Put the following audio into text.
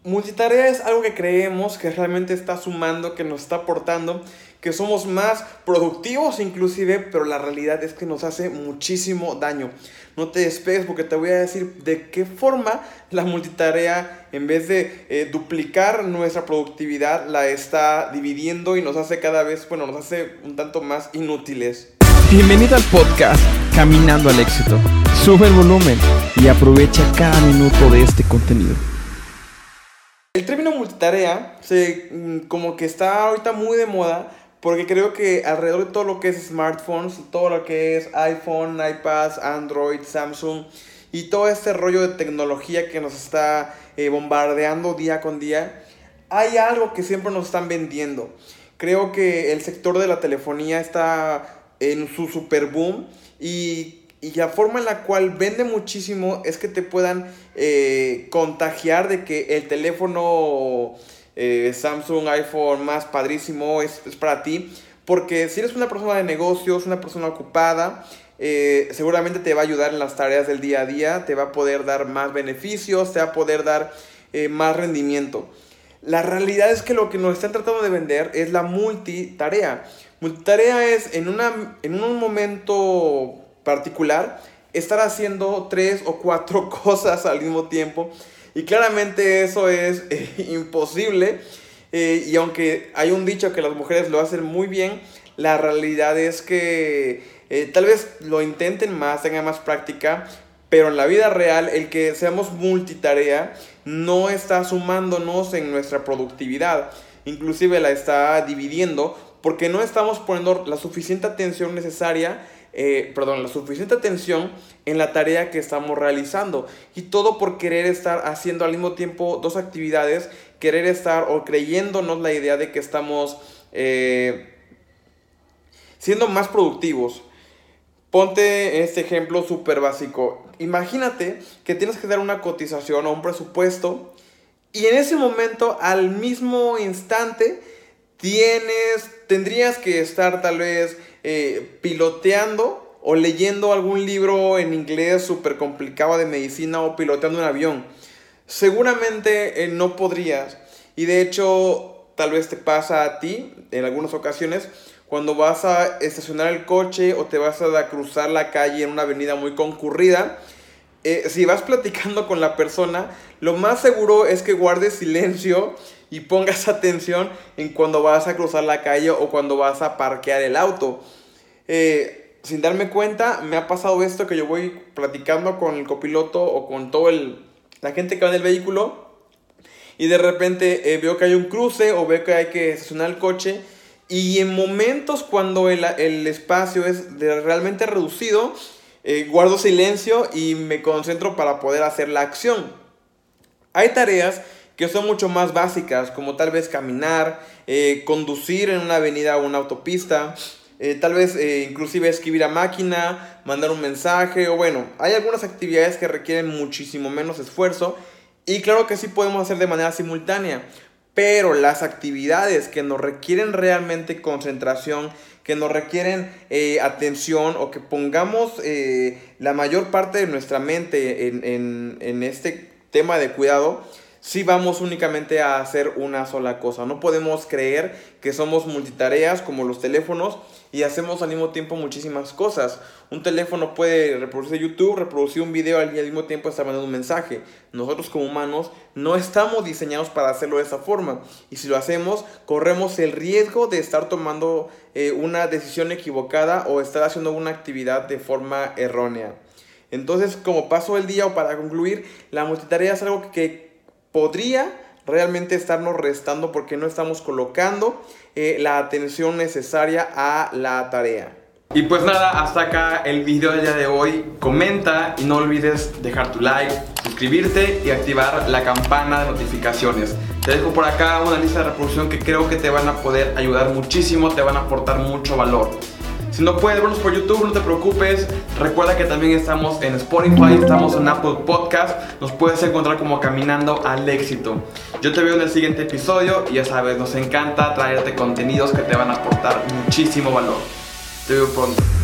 Multitarea es algo que creemos que realmente está sumando, que nos está aportando, que somos más productivos inclusive, pero la realidad es que nos hace muchísimo daño. No te despegues porque te voy a decir de qué forma la multitarea, en vez de duplicar nuestra productividad, la está dividiendo y nos hace cada vez, nos hace un tanto más inútiles. Bienvenido al podcast Caminando al Éxito. Sube el volumen y aprovecha cada minuto de este contenido. El término multitarea como que está ahorita muy de moda, porque creo que alrededor de todo lo que es smartphones, todo lo que es iPhone, iPad, Android, Samsung y todo este rollo de tecnología que nos está bombardeando día con día, hay algo que siempre nos están vendiendo. Creo que el sector de la telefonía está en su super boom y la forma en la cual vende muchísimo es que te puedan contagiar de que el teléfono Samsung, iPhone más padrísimo es para ti. Porque si eres una persona de negocios, una persona ocupada, seguramente te va a ayudar en las tareas del día a día, te va a poder dar más beneficios, te va a poder dar más rendimiento. La realidad es que lo que nos están tratando de vender es la multitarea. Multitarea es en un momento particular estar haciendo 3 o 4 cosas al mismo tiempo, y claramente eso es imposible, y aunque hay un dicho que las mujeres lo hacen muy bien, la realidad es que tal vez lo intenten más, tengan más práctica, pero en la vida real el que seamos multitarea no está sumándonos en nuestra productividad, inclusive la está dividiendo, porque no estamos poniendo la suficiente atención necesaria, la suficiente atención en la tarea que estamos realizando. Y todo por querer estar haciendo al mismo tiempo dos actividades, querer estar o creyéndonos la idea de que estamos siendo más productivos. Ponte este ejemplo súper básico. Imagínate que tienes que dar una cotización o un presupuesto, y en ese momento, al mismo instante, tendrías que estar tal vez piloteando o leyendo algún libro en inglés súper complicado de medicina, o piloteando un avión. Seguramente no podrías. Y de hecho, tal vez te pasa a ti en algunas ocasiones cuando vas a estacionar el coche o te vas a cruzar la calle en una avenida muy concurrida. Si vas platicando con la persona, lo más seguro es que guardes silencio y pongas atención en cuando vas a cruzar la calle o cuando vas a parquear el auto. Sin darme cuenta, me ha pasado esto, que yo voy platicando con el copiloto o con la gente que va en el vehículo, y de repente veo que hay un cruce o veo que hay que estacionar el coche, y en momentos cuando el espacio es realmente reducido, guardo silencio y me concentro para poder hacer la acción. Hay tareas que son mucho más básicas, como tal vez caminar, conducir en una avenida o una autopista, tal vez inclusive escribir a máquina, mandar un mensaje, hay algunas actividades que requieren muchísimo menos esfuerzo, y claro que sí podemos hacer de manera simultánea, pero las actividades que nos requieren realmente concentración, que nos requieren atención, o que pongamos la mayor parte de nuestra mente en este tema de cuidado, sí vamos únicamente a hacer una sola cosa. No podemos creer que somos multitareas como los teléfonos y hacemos al mismo tiempo muchísimas cosas. Un teléfono puede reproducir YouTube, reproducir un video y al mismo tiempo estar mandando un mensaje. Nosotros como humanos no estamos diseñados para hacerlo de esa forma, y si lo hacemos, corremos el riesgo de estar tomando una decisión equivocada o estar haciendo una actividad de forma errónea. Entonces, como paso del día o para concluir, la multitarea es algo que podría realmente estarnos restando porque no estamos colocando la atención necesaria a la tarea. Y pues nada, hasta acá el video del día de hoy. Comenta y no olvides dejar tu like, suscribirte y activar la campana de notificaciones. Te dejo por acá una lista de reproducción que creo que te van a poder ayudar muchísimo, te van a aportar mucho valor. Si no puedes vernos por YouTube, no te preocupes. Recuerda que también estamos en Spotify, estamos en Apple Podcast. Nos puedes encontrar como Caminando al Éxito. Yo te veo en el siguiente episodio y ya sabes, nos encanta traerte contenidos que te van a aportar muchísimo valor. Te veo pronto.